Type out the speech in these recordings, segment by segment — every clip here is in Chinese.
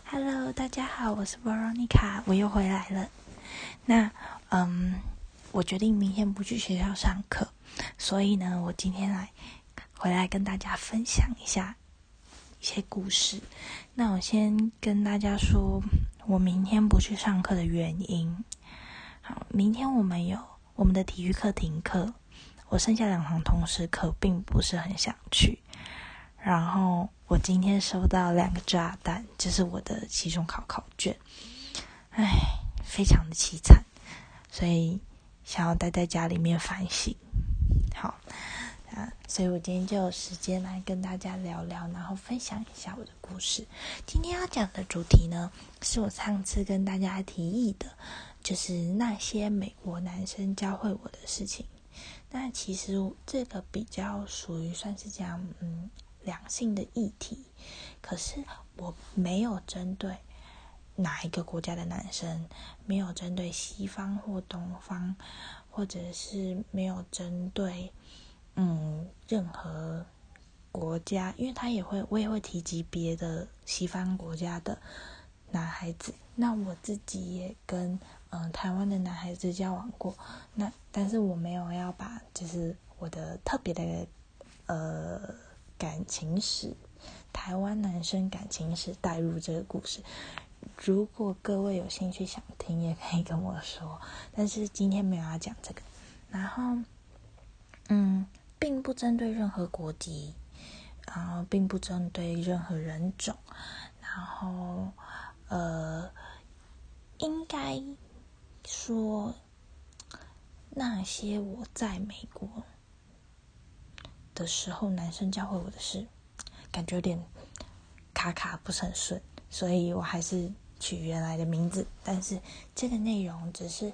Hello， 大家好，我是 Veronica， 我又回来了。那我决定明天不去学校上课，所以呢，我今天回来跟大家分享一下一些故事。那我先跟大家说，我明天不去上课的原因。好，明天我们的体育课停课，我剩下2堂通识课，并不是很想去。然后我今天收到2个炸弹，这是我的期中考卷，非常的凄惨，所以想要待在家里面反省。好，所以我今天就有时间来跟大家聊聊，然后分享一下我的故事。今天要讲的主题呢，是我上次跟大家提议的，就是那些美国男生教会我的事情。那其实这个比较属于算是这样两性的议题，可是我没有针对哪一个国家的男生，没有针对西方或东方，或者是没有针对任何国家，因为我也会提及别的西方国家的男孩子。那我自己也跟台湾的男孩子交往过，但是我没有要把就是我的特别的感情史，台湾男生感情史带入这个故事。如果各位有兴趣想听，也可以跟我说，但是今天没有要讲这个。然后并不针对任何国籍，然后并不针对任何人种，然后应该说那些我在美国的时候男生教会我的事，感觉有点卡不是很顺，所以我还是取原来的名字。但是这个内容只是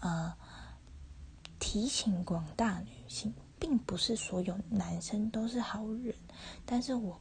提醒广大女性，并不是所有男生都是好人。但是我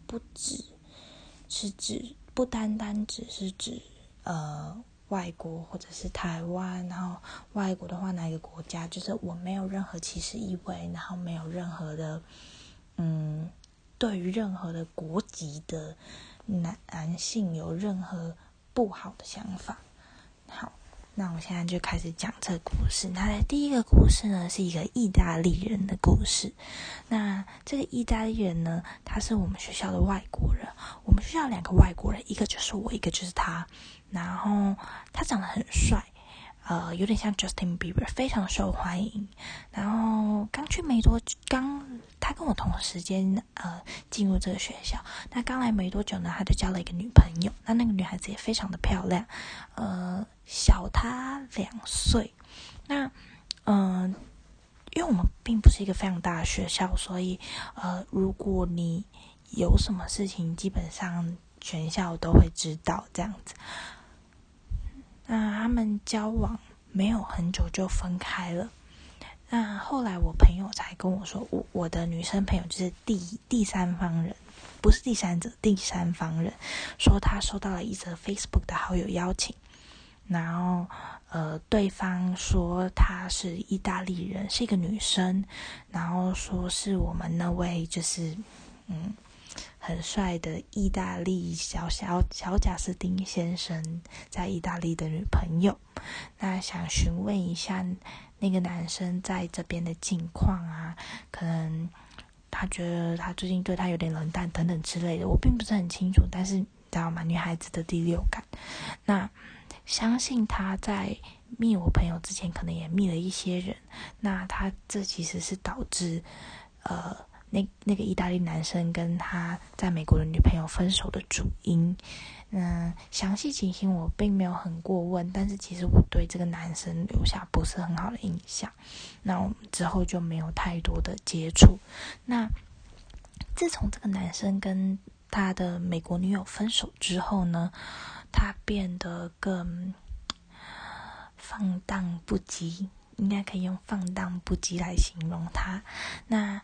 不单单只是指外国或者是台湾，然后外国的话哪一个国家，就是我没有任何歧视意味，然后没有任何的对于任何的国籍的男性有任何不好的想法。好，那我现在就开始讲这个故事。那第一个故事呢，是一个意大利人的故事。那这个意大利人呢，他是我们学校的外国人。我们学校有2个外国人，一个就是我，一个就是他。然后他长得很帅，有点像 Justin Bieber， 非常受欢迎。然后他跟我同时间进入这个学校。那刚来没多久呢，他就交了一个女朋友。那个女孩子也非常的漂亮，小他2岁。那因为我们并不是一个非常大的学校，所以如果你有什么事情，基本上全校都会知道这样子。那他们交往没有很久就分开了。那后来我朋友才跟我说，我的女生朋友就是第三方人，不是第三者，第三方人说他收到了一则 Facebook 的好友邀请，然后对方说她是意大利人，是一个女生，然后说是我们那位就是很帅的意大利小贾斯汀先生在意大利的女朋友。那想询问一下那个男生在这边的近况啊，可能他觉得他最近对他有点冷淡等等之类的，我并不是很清楚，但是你知道吗，女孩子的第6感。那相信他在密我朋友之前，可能也密了一些人。那他这其实是导致那个意大利男生跟他在美国的女朋友分手的主因。详细情形我并没有很过问，但是其实我对这个男生留下不是很好的印象。那我们之后就没有太多的接触。那自从这个男生跟他的美国女友分手之后呢，他变得更放荡不羁，应该可以用放荡不羁来形容他。那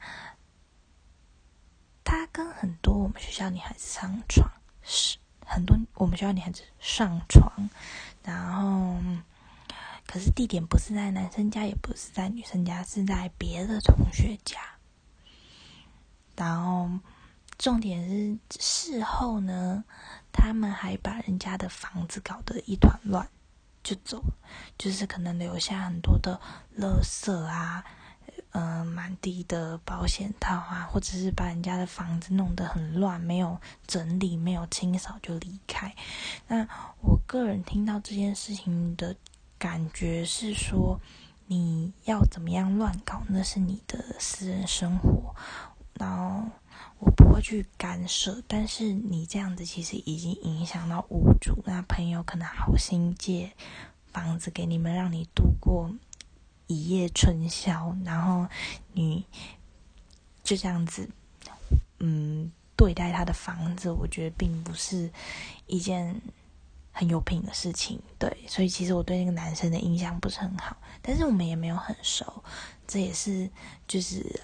他跟很多我们学校女孩子上床，很多我们学校女孩子上床，然后可是地点不是在男生家，也不是在女生家，是在别的同学家。然后重点是事后呢，他们还把人家的房子搞得一团乱就走，就是可能留下很多的垃圾啊，满地的保险套啊，或者是把人家的房子弄得很乱，没有整理，没有清扫就离开。那我个人听到这件事情的感觉是说，你要怎么样乱搞，那是你的私人生活，然后我不会去干涉，但是你这样子其实已经影响到屋主，那朋友可能好心借房子给你们，让你度过一夜春宵，然后你就这样子对待他的房子，我觉得并不是一件很有品的事情。对，所以其实我对那个男生的印象不是很好，但是我们也没有很熟，这也是就是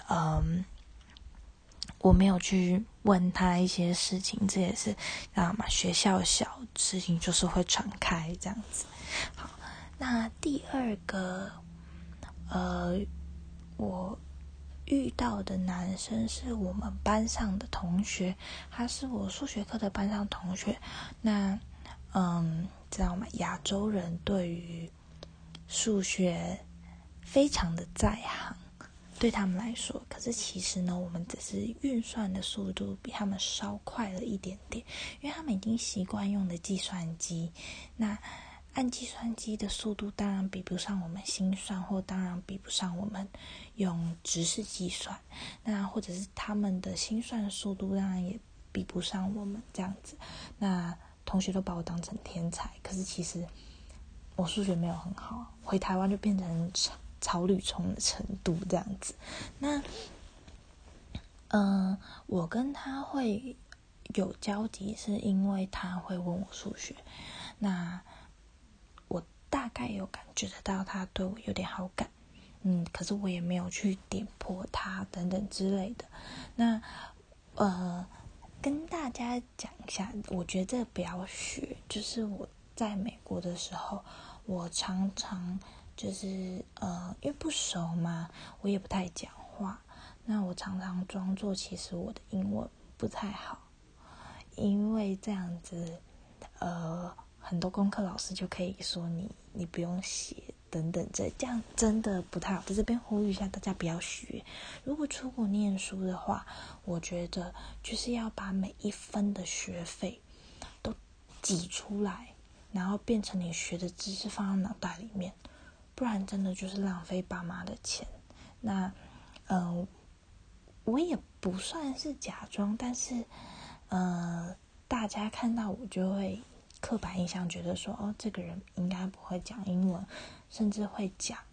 我没有去问他一些事情，这也是学校小事情就是会传开这样子。好，那第二个我遇到的男生是我们班上的同学，他是我数学课的班上同学。那知道吗？亚洲人对于数学非常的在行，对他们来说。可是其实呢，我们只是运算的速度比他们稍快了一点点，因为他们已经习惯用的计算机。那按计算机的速度当然比不上我们心算，或当然比不上我们用直式计算，那或者是他们的心算速度当然也比不上我们这样子。那同学都把我当成天才，可是其实我数学没有很好，回台湾就变成草履虫的程度这样子。那我跟他会有交集，是因为他会问我数学。那我大概有感觉得到他对我有点好感，可是我也没有去点破他等等之类的。那跟大家讲一下，我觉得不要学，就是我在美国的时候，我常常就是因为不熟嘛，我也不太讲话，那我常常装作其实我的英文不太好，因为这样子很多功课老师就可以说你不用写等等，这样真的不太好，在这边呼吁一下大家不要学。如果出国念书的话，我觉得就是要把每一分的学费都挤出来，然后变成你学的知识放到脑袋里面，不然真的就是浪费爸妈的钱。那我也不算是假装，但是大家看到我就会刻板印象，觉得说这个人应该不会讲英文，甚至会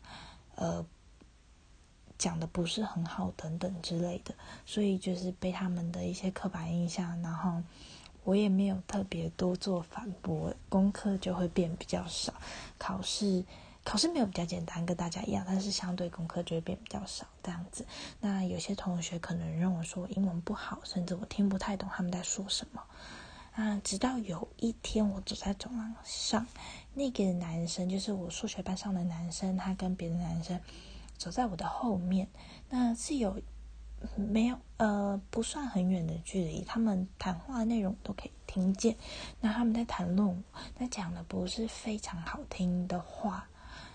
讲的不是很好等等之类的，所以就是被他们的一些刻板印象，然后我也没有特别多做反驳，功课就会变比较少，考试没有比较简单，跟大家一样，但是相对功课就会变比较少这样子。那有些同学可能认为说我英文不好，甚至我听不太懂他们在说什么。直到有一天我走在走廊上，那个男生就是我数学班上的男生，他跟别的男生走在我的后面，那是有没有不算很远的距离，他们谈话的内容都可以听见。那他们在谈论我，那讲的不是非常好听的话，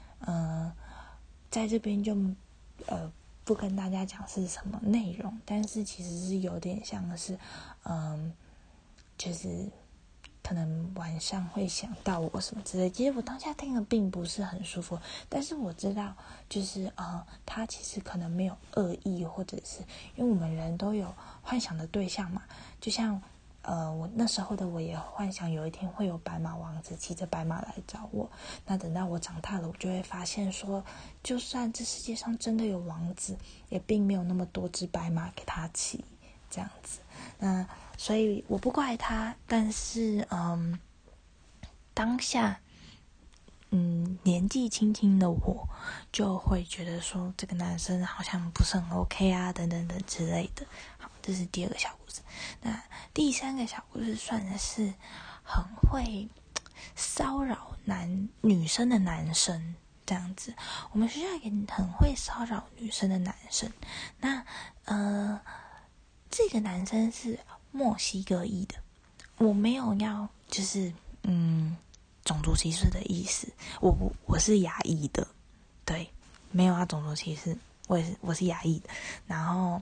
在这边就不跟大家讲是什么内容，但是其实是有点像是就是可能晚上会想到我什么之类，其实我当下听了并不是很舒服，但是我知道就是他其实可能没有恶意，或者是因为我们人都有幻想的对象嘛，就像我那时候的我也幻想有一天会有白马王子骑着白马来找我，那等到我长大了，我就会发现说，就算这世界上真的有王子，也并没有那么多只白马给他骑这样子。那所以我不怪他，但是当下年纪轻轻的我就会觉得说这个男生好像不是很 OK 啊等等等之类的。好，这是第二个小故事。那第三个小故事算是很会骚扰女生的男生这样子。我们学校也很会骚扰女生的男生。那这个男生是墨西哥裔的，我没有要就是种族歧视的意思，我是亚裔的，对，没有要种族歧视，我是亚裔的，然后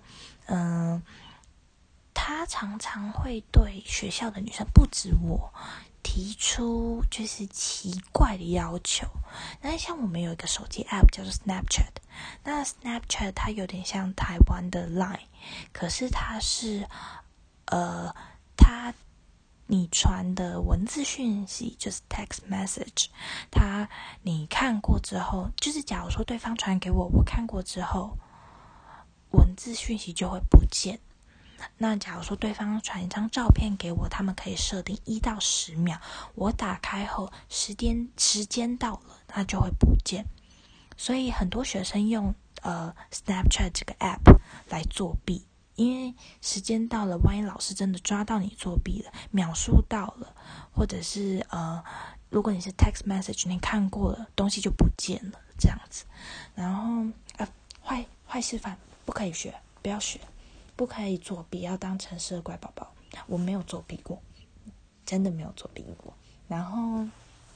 他常常会对学校的女生，不止我，提出就是奇怪的要求。那像我们有一个手机 app 叫做 Snapchat， 那 Snapchat 它有点像台湾的 Line， 可是它是你传的文字讯息就是 text message， 你看过之后，就是假如说对方传给我，我看过之后，文字讯息就会不见。那假如说对方传一张照片给我，他们可以设定1到10秒，我打开后时间到了，它就会不见。所以很多学生用Snapchat 这个 app 来作弊。因为时间到了，万一老师真的抓到你作弊了，秒数到了，或者是如果你是 text message 你看过了，东西就不见了这样子。然后坏示范不可以学，不要学，不可以作弊，要当成是乖宝宝。我没有作弊过，真的没有作弊过。然后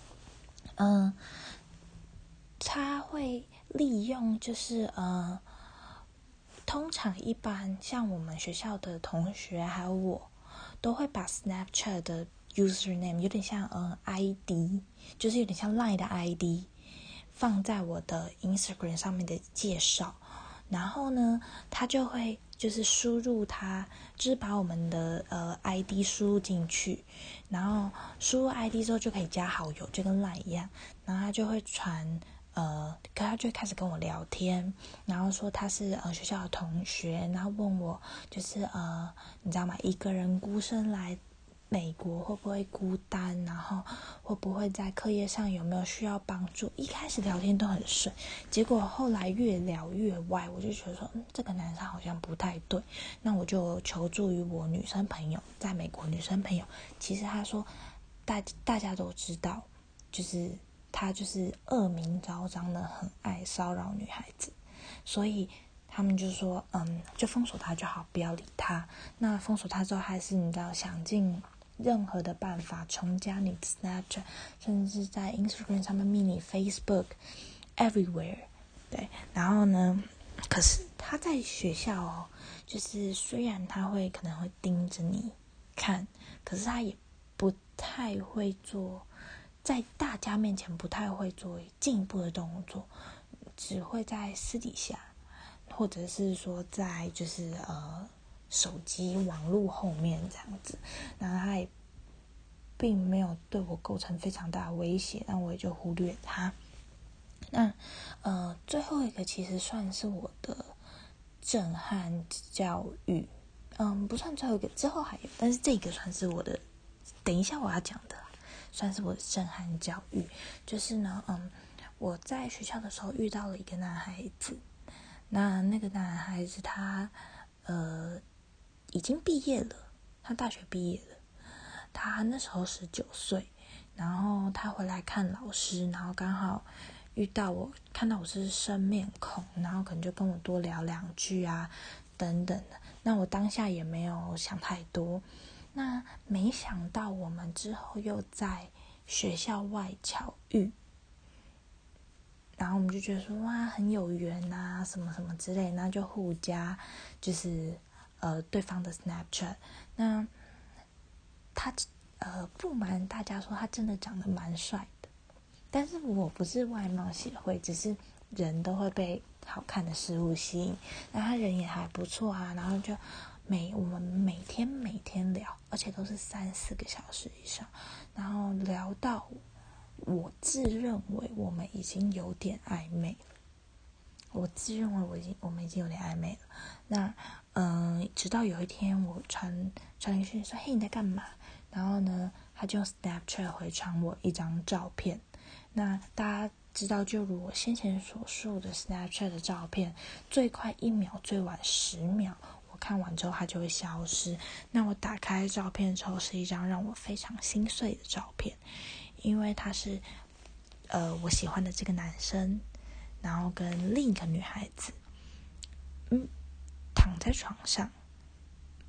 他会利用就是通常一般像我们学校的同学还有我，都会把 Snapchat 的 username 有点像ID， 就是有点像 Line 的 ID， 放在我的 Instagram 上面的介绍。然后呢，他就会就是输入就是把我们的ID 输入进去，然后输入 ID 之后就可以加好友，就跟 Line 一样。然后他就会传他就开始跟我聊天，然后说他是学校的同学，然后问我就是你知道吗？一个人孤身来美国会不会孤单，然后会不会在课业上有没有需要帮助。一开始聊天都很顺，结果后来越聊越歪，我就觉得说这个男生好像不太对。那我就求助于我女生朋友，在美国女生朋友，其实他说大家都知道，就是他就是恶名昭彰的很爱骚扰女孩子，所以他们就说就封锁他就好，不要理他。那封锁他之后，还是你知道想尽任何的办法重加你的 Snapchat， 甚至是在 Instagram 上面密你 Facebook everywhere。 对，然后呢，可是他在学校就是虽然他可能会盯着你看，可是他也不太会做，在大家面前不太会做进一步的动作，只会在私底下，或者是说在就是手机网络后面这样子。然后他也并没有对我构成非常大的威胁，那我也就忽略他。那最后一个其实算是我的震撼教育，不算最后一个，之后还有，但是这个算是我的，等一下我要讲的，算是我的震撼教育。就是呢，我在学校的时候遇到了一个男孩子，那个男孩子他已经毕业了，他大学毕业了，他那时候19岁，然后他回来看老师，然后刚好遇到我，看到我是生面孔，然后可能就跟我多聊2句啊等等的。那我当下也没有想太多，那没想到我们之后又在学校外巧遇，然后我们就觉得说哇很有缘啊什么什么之类，那就互加就是对方的 Snapchat。 那他不瞒大家说他真的长得蛮帅的，但是我不是外貌协会，只是人都会被好看的事物吸引。那他人也还不错啊，然后就我们每天聊，而且都是3-4个小时以上，然后聊到我自认为我们已经有点暧昧了，我自认为我们已经有点暧昧了。那直到有一天我传讯息说嘿你在干嘛，然后呢他就用 Snapchat 回传我一张照片。那大家知道，就如我先前所述的 Snapchat 的照片，最快1秒，最晚10秒，我看完之后它就会消失。那我打开照片之后，是一张让我非常心碎的照片，因为它是我喜欢的这个男生，然后跟另一个女孩子躺在床上，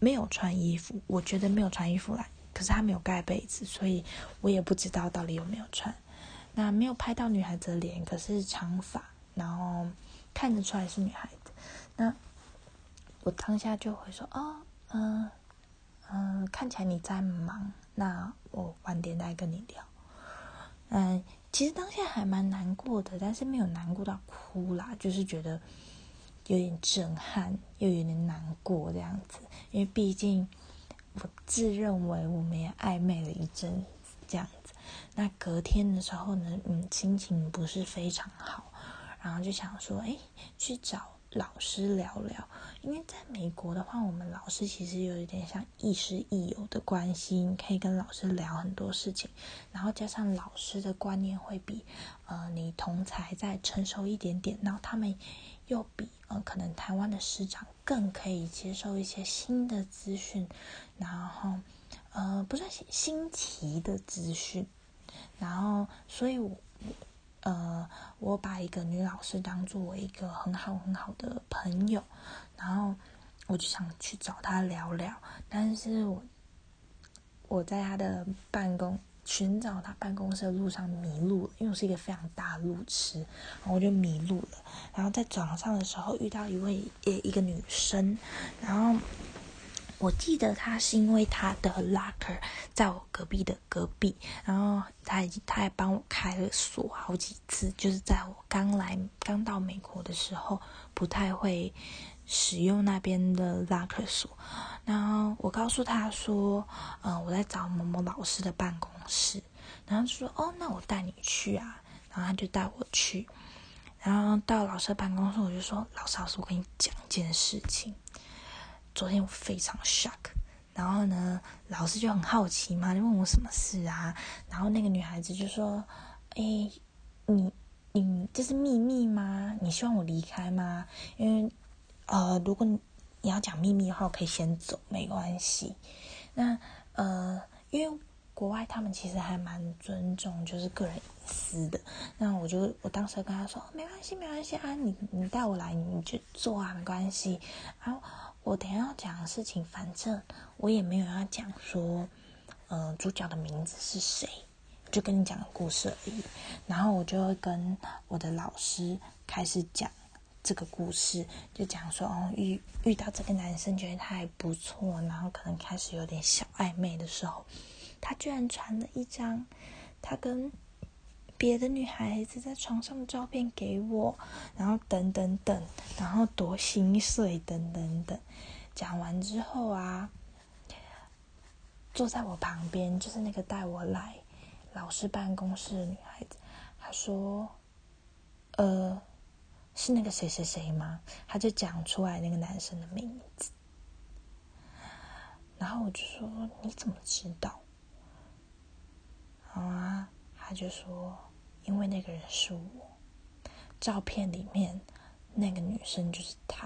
没有穿衣服，我觉得没有穿衣服来，可是他没有盖被子，所以我也不知道到底有没有穿。那没有拍到女孩子的脸，可是长发，然后看得出来是女孩子。那我当下就会说看起来你在忙，那我晚点再跟你聊。其实当下还蛮难过的，但是没有难过到哭啦，就是觉得有点震撼，又有点难过这样子。因为毕竟我自认为我们也暧昧了一阵子这样子。那隔天的时候呢，心情不是非常好，然后就想说，去找老师聊聊。因为在美国的话，我们老师其实有一点像亦师亦友的关系，你可以跟老师聊很多事情，然后加上老师的观念会比你同才再成熟一点点，然后他们又比可能台湾的师长更可以接受一些新的资讯，然后不算新奇的资讯，然后所以我把一个女老师当作我一个很好很好的朋友，然后我就想去找她聊聊，但是我在她的寻找她办公室的路上迷路了，因为我是一个非常大的路痴，然后我就迷路了。然后在走廊上的时候遇到一个女生，然后我记得她是因为她的 locker 在我隔壁的隔壁，然后她还帮我开了锁好几次，就是在我刚到美国的时候不太会使用那边的 locker 锁。然后我告诉她说我在找某某老师的办公室，然后就说那我带你去啊，然后她就带我去，然后到老师的办公室，我就说老师我跟你讲一件事情，昨天我非常 shock， 然后呢老师就很好奇嘛，就问我什么事啊，然后那个女孩子就说你这是秘密吗？你希望我离开吗？因为如果你要讲秘密的话，我可以先走，没关系。那因为国外他们其实还蛮尊重就是个人隐私的，那我当时跟他说没关系啊，你带我来你就做啊，没关系。然后我等一下要讲的事情，反正我也没有要讲说主角的名字是谁，就跟你讲个故事而已。然后我就会跟我的老师开始讲这个故事，就讲说遇到这个男生觉得他还不错，然后可能开始有点小暧昧的时候，他居然传了一张他跟别的女孩子在床上的照片给我，然后等等等，然后多心碎等等等。讲完之后啊，坐在我旁边就是那个带我来老师办公室的女孩子，她说是那个谁谁谁吗？她就讲出来那个男生的名字，然后我就说你怎么知道？然后她就说因为那个人是我，照片里面那个女生就是她。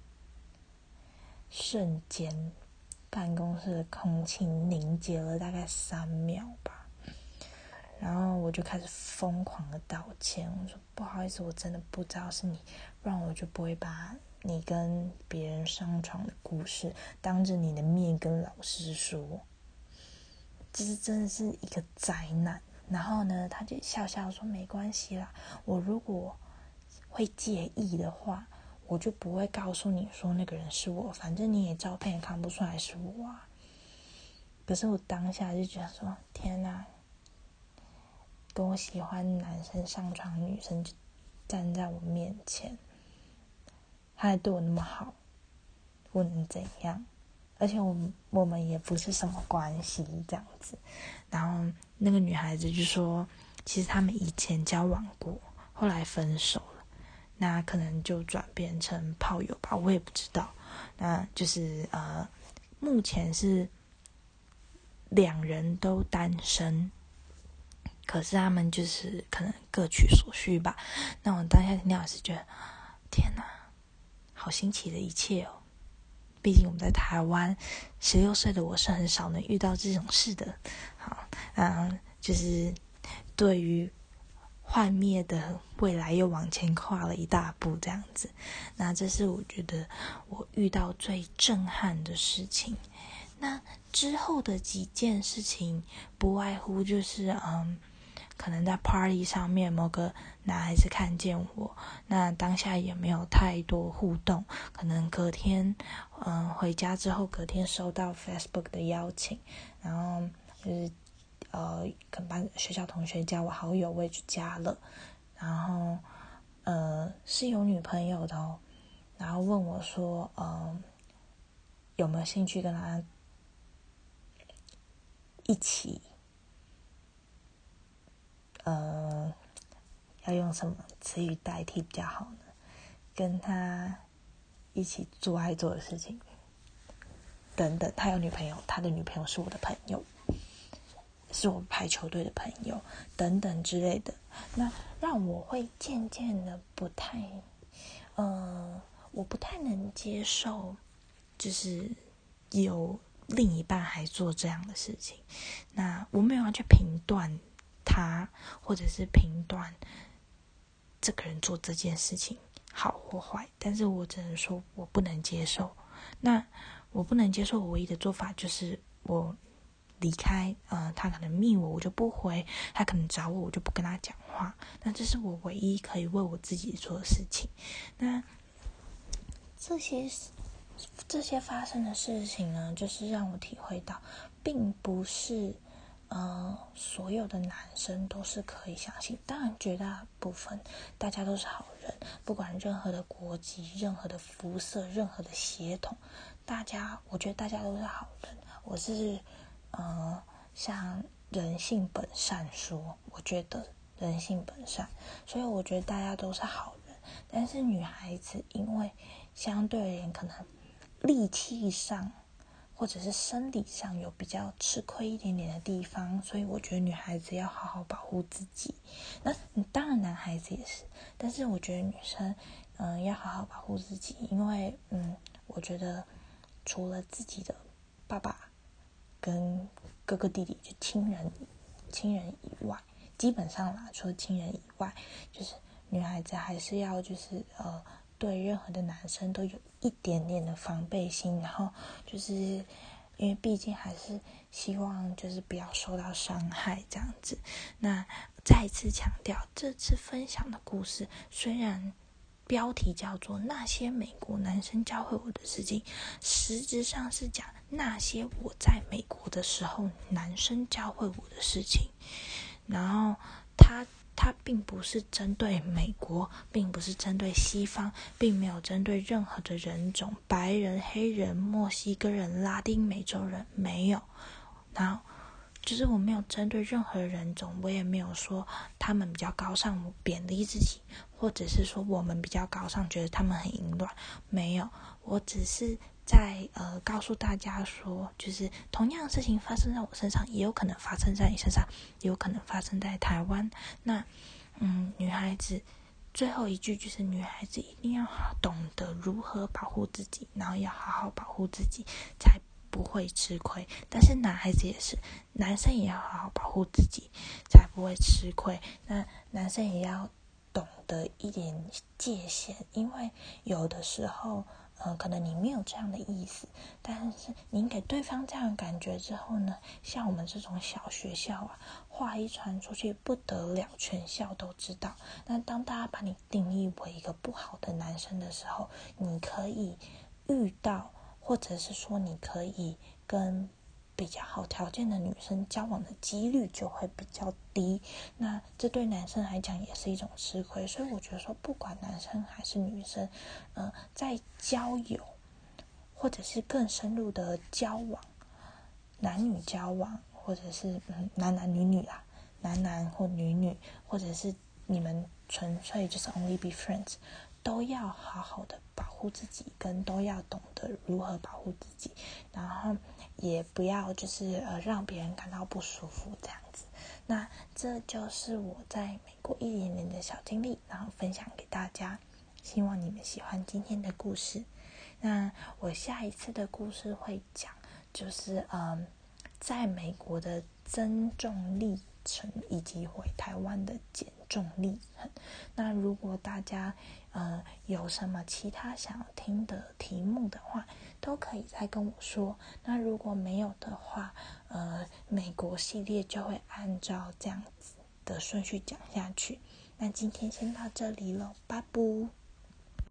瞬间办公室的空气凝结了大概3秒吧，然后我就开始疯狂的道歉，我说不好意思，我真的不知道是你，不然我就不会把你跟别人上床的故事当着你的面跟老师说，这是真的是一个灾难。然后呢他就笑笑说没关系啦，我如果会介意的话我就不会告诉你说那个人是我，反正你也照片也看不出来是我啊。可是我当下就觉得说天哪，跟我喜欢男生上床的女生就站在我面前，他还对我那么好，我能怎样？而且我们也不是什么关系这样子。然后那个女孩子就说其实他们以前交往过，后来分手了，那可能就转变成炮友吧，我也不知道。那就是目前是2人都单身，可是他们就是可能各取所需吧。那我当下听到也是觉得天哪，好新奇的一切哦。毕竟我们在台湾16岁的我是很少能遇到这种事的。好，就是对于幻灭的未来又往前跨了一大步这样子。那这是我觉得我遇到最震撼的事情。那之后的几件事情不外乎就是可能在 party 上面某个男孩子看见我，那当下也没有太多互动，可能隔天回家之后隔天收到 Facebook 的邀请，然后就是可能学校同学加我好友，我也去加了，然后是有女朋友的哦，然后问我说有没有兴趣跟他一起要用什么词语代替比较好呢？跟他一起做爱做的事情等等。他有女朋友，他的女朋友是我的朋友，是我们排球队的朋友等等之类的。那让我会渐渐的我不太能接受，就是有另一半还做这样的事情。那我没有要去评断他，或者是评断这个人做这件事情好或坏，但是我只能说我不能接受。那我不能接受，我唯一的做法就是我离开，他可能密我就不回，他可能找我就不跟他讲话。那这是我唯一可以为我自己做的事情。那这些发生的事情呢，就是让我体会到，并不是所有的男生都是可以相信。当然，绝大部分大家都是好人，不管任何的国籍、任何的肤色、任何的血统，我觉得大家都是好人。我是像人性本善说，我觉得人性本善，所以我觉得大家都是好人。但是女孩子因为相对而言可能力气上或者是生理上有比较吃亏一点点的地方，所以我觉得女孩子要好好保护自己。那当然男孩子也是，但是我觉得女生要好好保护自己，因为我觉得除了自己的爸爸跟哥哥弟弟就亲人以外，基本上啦，除了亲人以外，就是女孩子还是要就是对任何的男生都有一点点的防备心，然后就是因为毕竟还是希望就是不要受到伤害这样子。那再次强调，这次分享的故事虽然标题叫做那些美国男生教会我的事情，实质上是讲那些我在美国的时候男生教会我的事情。然后它并不是针对美国，并不是针对西方，并没有针对任何的人种，白人、黑人、墨西哥人、拉丁美洲人，没有。然后就是我没有针对任何人种，我也没有说他们比较高尚，我贬低自己，或者是说我们比较高尚，觉得他们很淫乱，没有。我只是在告诉大家说，就是同样的事情发生在我身上，也有可能发生在你身上，也有可能发生在台湾。那女孩子最后一句就是女孩子一定要懂得如何保护自己，然后要好好保护自己，才不会吃亏。但是男孩子也是，男生也要好好保护自己，才不会吃亏。那男生也要懂得一点界限，因为有的时候可能你没有这样的意思，但是你给对方这样的感觉之后呢，像我们这种小学校啊，话一传出去不得了，全校都知道。那当大家把你定义为一个不好的男生的时候，你可以遇到，或者是说你可以跟比较好条件的女生交往的几率就会比较低，那这对男生来讲也是一种吃亏。所以我觉得说，不管男生还是女生，在交友或者是更深入的交往，男女交往，或者是男男女女啦，男男或女女，或者是你们纯粹就是 only be friends， 都要好好的保护自己，跟都要懂得如何保护自己，然后也不要就是让别人感到不舒服这样子。那这就是我在美国一点点的小经历，然后分享给大家，希望你们喜欢今天的故事。那我下一次的故事会讲，就是在美国的增重力程，以及回台湾的减重历程。那如果大家有什么其他想要听的题目的话，都可以再跟我说。那如果没有的话，美国系列就会按照这样子的顺序讲下去。那今天先到这里了，拜拜。